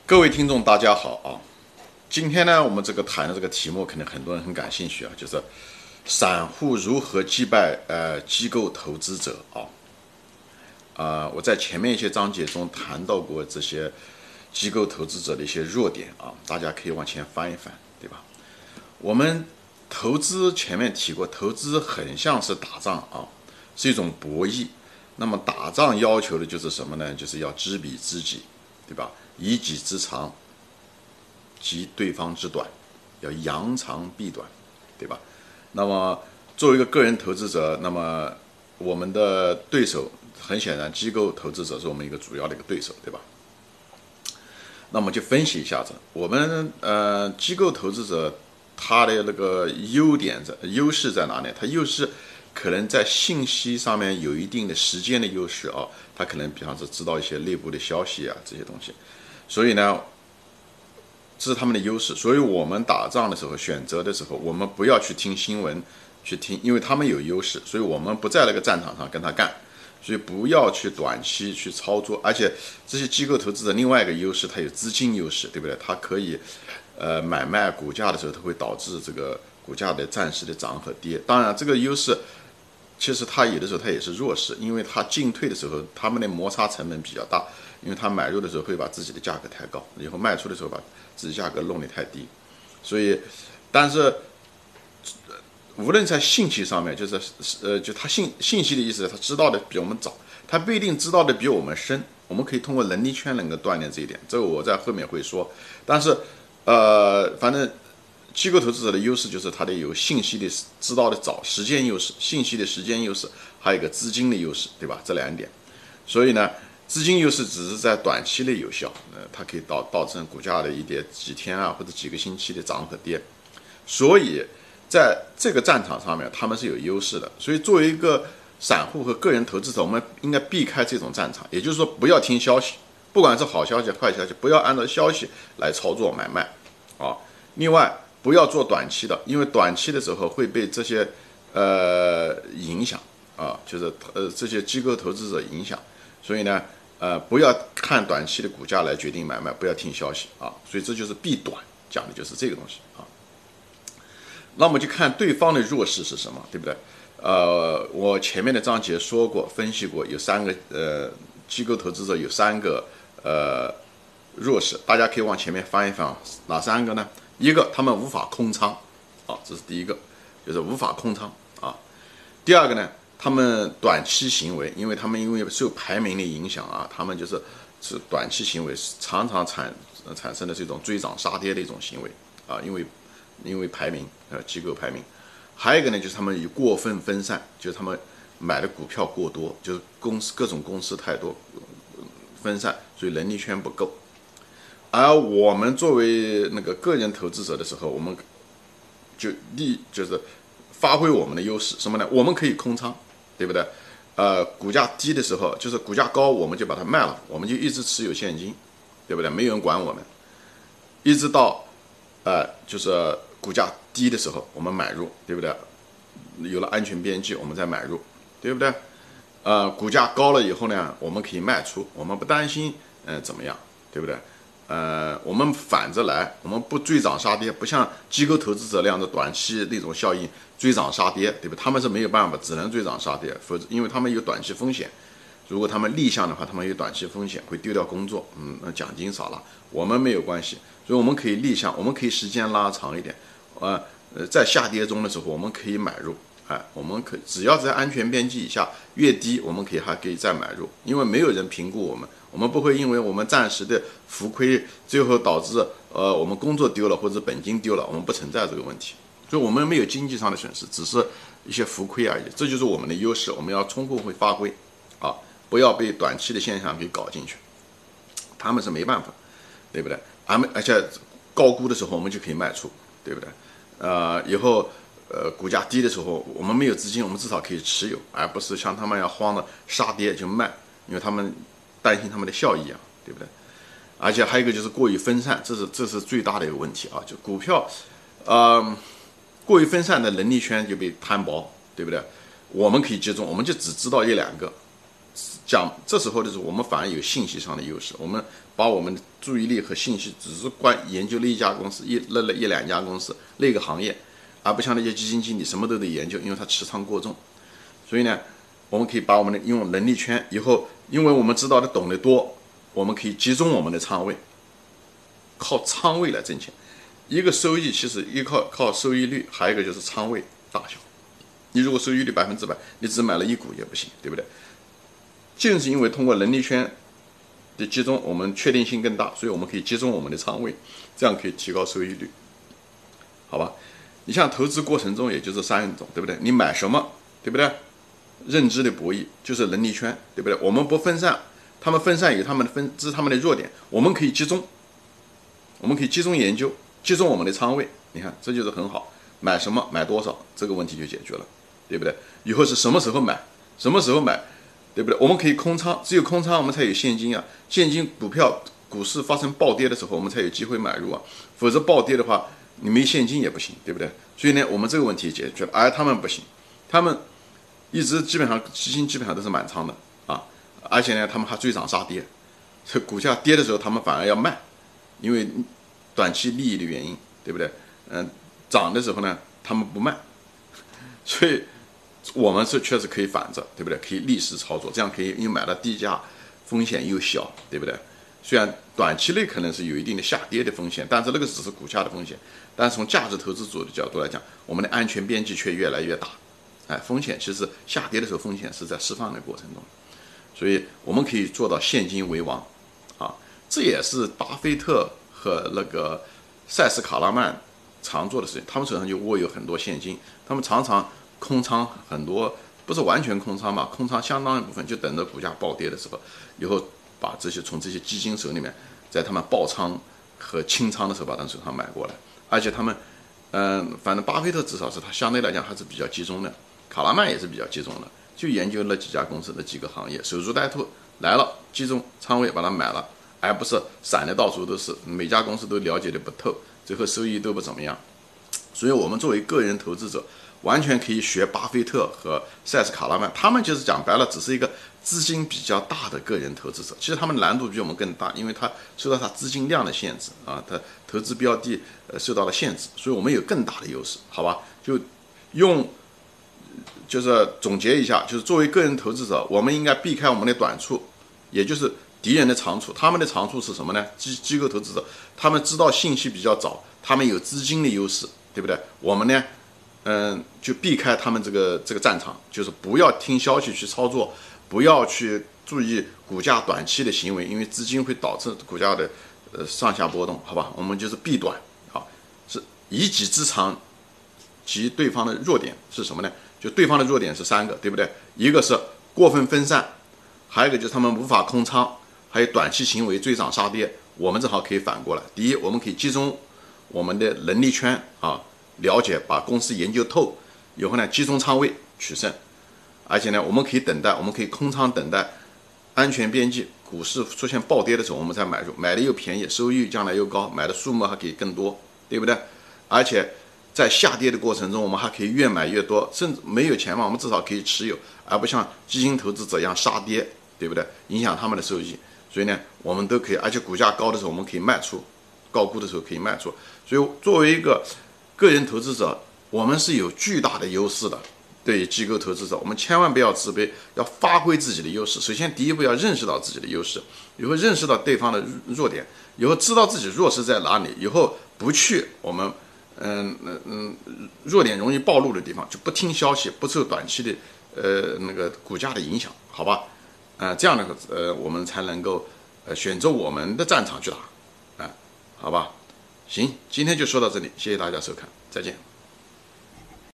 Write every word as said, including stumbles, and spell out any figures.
各位听众，大家好啊！今天呢，我们这个谈的这个题目，可能很多人很感兴趣啊，就是散户如何击败呃机构投资者啊。啊、呃，我在前面一些章节中谈到过这些机构投资者的一些弱点啊，大家可以往前翻一翻，对吧？我们投资前面提过，投资很像是打仗啊，是一种博弈。那么打仗要求的就是什么呢？就是要知彼知己，对吧？以己之长及对方之短，要扬长避短，对吧？那么作为一个个人投资者，那么我们的对手很显然，机构投资者是我们一个主要的一个对手，对吧？那我们就分析一下子，我们呃机构投资者他的那个优点在优势在哪里？他优势可能在信息上面有一定的时间的优势啊，他可能比方说知道一些内部的消息啊这些东西，所以呢，这是他们的优势。所以我们打仗的时候选择的时候，我们不要去听新闻，去听，因为他们有优势，所以我们不在那个战场上跟他干。所以不要去短期去操作，而且这些机构投资者另外一个优势，它有资金优势，对不对？它可以，呃，买卖股价的时候，它会导致这个股价的暂时的涨和跌。当然，这个优势其实它有的时候它也是弱势，因为它进退的时候，他们的摩擦成本比较大，因为它买入的时候会把自己的价格抬高，以后卖出的时候把自己价格弄得太低。所以，但是无论在信息上面，就是呃，就他信信息的意思，他知道的比我们早，他不一定知道的比我们深。我们可以通过能力圈能够锻炼这一点，这个我在后面会说。但是，呃，反正机构投资者的优势就是他的有信息的知道的早，时间优势，信息的时间优势，还有一个资金的优势，对吧？这两点。所以呢，资金优势只是在短期内有效，呃，它可以导导致股价的一点几天啊或者几个星期的涨和跌。所以在这个战场上面，他们是有优势的。所以作为一个散户和个人投资者，我们应该避开这种战场，也就是说，不要听消息，不管是好消息、坏消息，不要按照消息来操作买卖啊。另外，不要做短期的，因为短期的时候会被这些呃影响啊，就是呃这些机构投资者影响。所以呢，呃，不要看短期的股价来决定买卖，不要听消息啊。所以这就是避短，讲的就是这个东西啊。那我们就看对方的弱势是什么，对不对？呃，我前面的章节说过，分析过，有三个呃机构投资者有三个呃弱势，大家可以往前面翻一翻，哪三个呢？一个，他们无法空仓，啊，这是第一个，就是无法空仓啊。第二个呢，他们短期行为，因为他们因为受排名的影响啊，他们就是是短期行为，常常产产生的这种追涨杀跌的一种行为啊，因为。因为排名，呃，机构排名，还有一个呢，就是他们以过分分散，就是他们买的股票过多，就是公司各种公司太多，分散，所以能力圈不够。而我们作为那个个人投资者的时候，我们就利就是发挥我们的优势，什么呢？我们可以空仓，对不对？呃，股价低的时候，就是股价高，我们就把它卖了，我们就一直持有现金，对不对？没有人管我们，一直到呃，就是股价低的时候，我们买入，对不对？有了安全边际，我们再买入，对不对？呃，股价高了以后呢，我们可以卖出，我们不担心，呃，怎么样，对不对？呃，我们反着来，我们不追涨杀跌，不像机构投资者那样的短期那种效应，追涨杀跌，对吧？他们是没有办法，只能追涨杀跌，否则因为他们有短期风险。如果他们逆向的话，他们有短期风险，会丢掉工作，嗯，那奖金少了，我们没有关系，所以我们可以逆向，我们可以时间拉长一点，呃呃，在下跌中的时候，我们可以买入，哎，我们可只要在安全边际以下，越低我们可以还可以再买入，因为没有人评估我们，我们不会因为我们暂时的浮亏，最后导致呃我们工作丢了或者本金丢了，我们不存在这个问题，所以我们没有经济上的损失，只是一些浮亏而已，这就是我们的优势，我们要充分会发挥，啊。不要被短期的现象给搞进去，他们是没办法，对不对？而们而且高估的时候我们就可以卖出，对不对？呃，以后呃股价低的时候，我们没有资金，我们至少可以持有，而不是像他们要慌的杀跌就卖，因为他们担心他们的效益啊，对不对？而且还有一个就是过于分散，这是这是最大的一个问题啊！就股票，呃，过于分散的能力圈就被摊薄，对不对？我们可以集中，我们就只知道一两个。 讲这时候的时候，我们反而有信息上的优势，我们把我们的注意力和信息只是关研究那一家公司一那那一两家公司那个行业，而不像那些基金经理什么都得研究，因为他持仓过重。所以呢，我们可以把我们的用能力圈以后，因为我们知道的懂得多，我们可以集中我们的仓位，靠仓位来挣钱。一个收益其实依靠靠收益率，还有一个就是仓位大小。你如果收益率百分之百，你只买了一股也不行，对不对？正是因为通过能力圈的集中，我们确定性更大，所以我们可以集中我们的仓位，这样可以提高收益率，好吧？你像投资过程中，也就是三种，对不对？你买什么，对不对？认知的博弈就是能力圈，对不对？我们不分散，他们分散有他们的分，这是他们的弱点，我们可以集中，我们可以集中研究，集中我们的仓位，你看这就是很好。买什么，买多少，这个问题就解决了，对不对？以后是什么时候买，什么时候买，对不对？我们可以空仓，只有空仓我们才有现金啊。现金股票股市发生暴跌的时候，我们才有机会买入啊。否则暴跌的话，你没现金也不行，对不对？所以呢，我们这个问题解决了，而他们不行，他们一直基本上基金基本上都是满仓的啊，而且呢，他们还追涨杀跌，这股价跌的时候，他们反而要卖，因为短期利益的原因，对不对？嗯，涨的时候呢，他们不卖，所以我们是确实可以反着，对不对？可以逆势操作，这样可以又买到低价，风险又小，对不对？虽然短期内可能是有一定的下跌的风险，但是那个只是股价的风险，但是从价值投资者的角度来讲，我们的安全边际却越来越大。哎，风险其实下跌的时候，风险是在释放的过程中，所以我们可以做到现金为王啊，这也是巴菲特和那个塞斯·卡拉曼常做的事情。他们手上就握有很多现金，他们常常空仓很多，不是完全空仓吧，空仓相当一部分，就等着股价暴跌的时候，以后把这些从这些基金手里面，在他们爆仓和清仓的时候把他们手上买过来。而且他们，嗯，反正巴菲特至少是他相对来讲还是比较集中的。卡拉曼也是比较集中的，就研究那几家公司的几个行业，守株待兔来了，集中仓位把它买了，而不是散的到处都是，每家公司都了解的不透，最后收益都不怎么样。所以我们作为个人投资者，完全可以学巴菲特和塞斯·卡拉曼，他们就是讲白了，只是一个资金比较大的个人投资者。其实他们难度比我们更大，因为他受到他资金量的限制啊，他投资标的呃受到了限制，所以我们有更大的优势，好吧？就用。就是总结一下，就是作为个人投资者，我们应该避开我们的短处，也就是敌人的长处。他们的长处是什么呢？机机构投资者，他们知道信息比较早，他们有资金的优势，对不对？我们呢，嗯，就避开他们这个这个战场，就是不要听消息去操作，不要去注意股价短期的行为，因为资金会导致股价的呃上下波动，好吧？我们就是避短，好，是以己之长及对方的弱点是什么呢？就对方的弱点是三个，对不对？一个是过分分散，还有一个就是他们无法空仓，还有短期行为追涨杀跌。我们正好可以反过来。第一，我们可以集中我们的能力圈啊，了解，把公司研究透，以后呢集中仓位取胜。而且呢，我们可以等待，我们可以空仓等待安全边际，股市出现暴跌的时候我们再买入，买的又便宜，收益将来又高，买的数目还可以更多，对不对？而且在下跌的过程中，我们还可以越买越多，甚至没有钱嘛，我们至少可以持有，而不像基金投资者一样杀跌，对不对？影响他们的收益。所以呢，我们都可以，而且股价高的时候我们可以卖出，高估的时候可以卖出。所以作为一个个人投资者，我们是有巨大的优势的。对于机构投资者，我们千万不要自卑，要发挥自己的优势。首先，第一步要认识到自己的优势，以后认识到对方的弱点，以后知道自己弱势在哪里，以后不去我们。嗯嗯嗯，弱点容易暴露的地方，就不听消息，不受短期的呃那个股价的影响，好吧？呃，这样的呃，我们才能够呃选择我们的战场去打，啊、呃，好吧？行，今天就说到这里，谢谢大家收看，再见。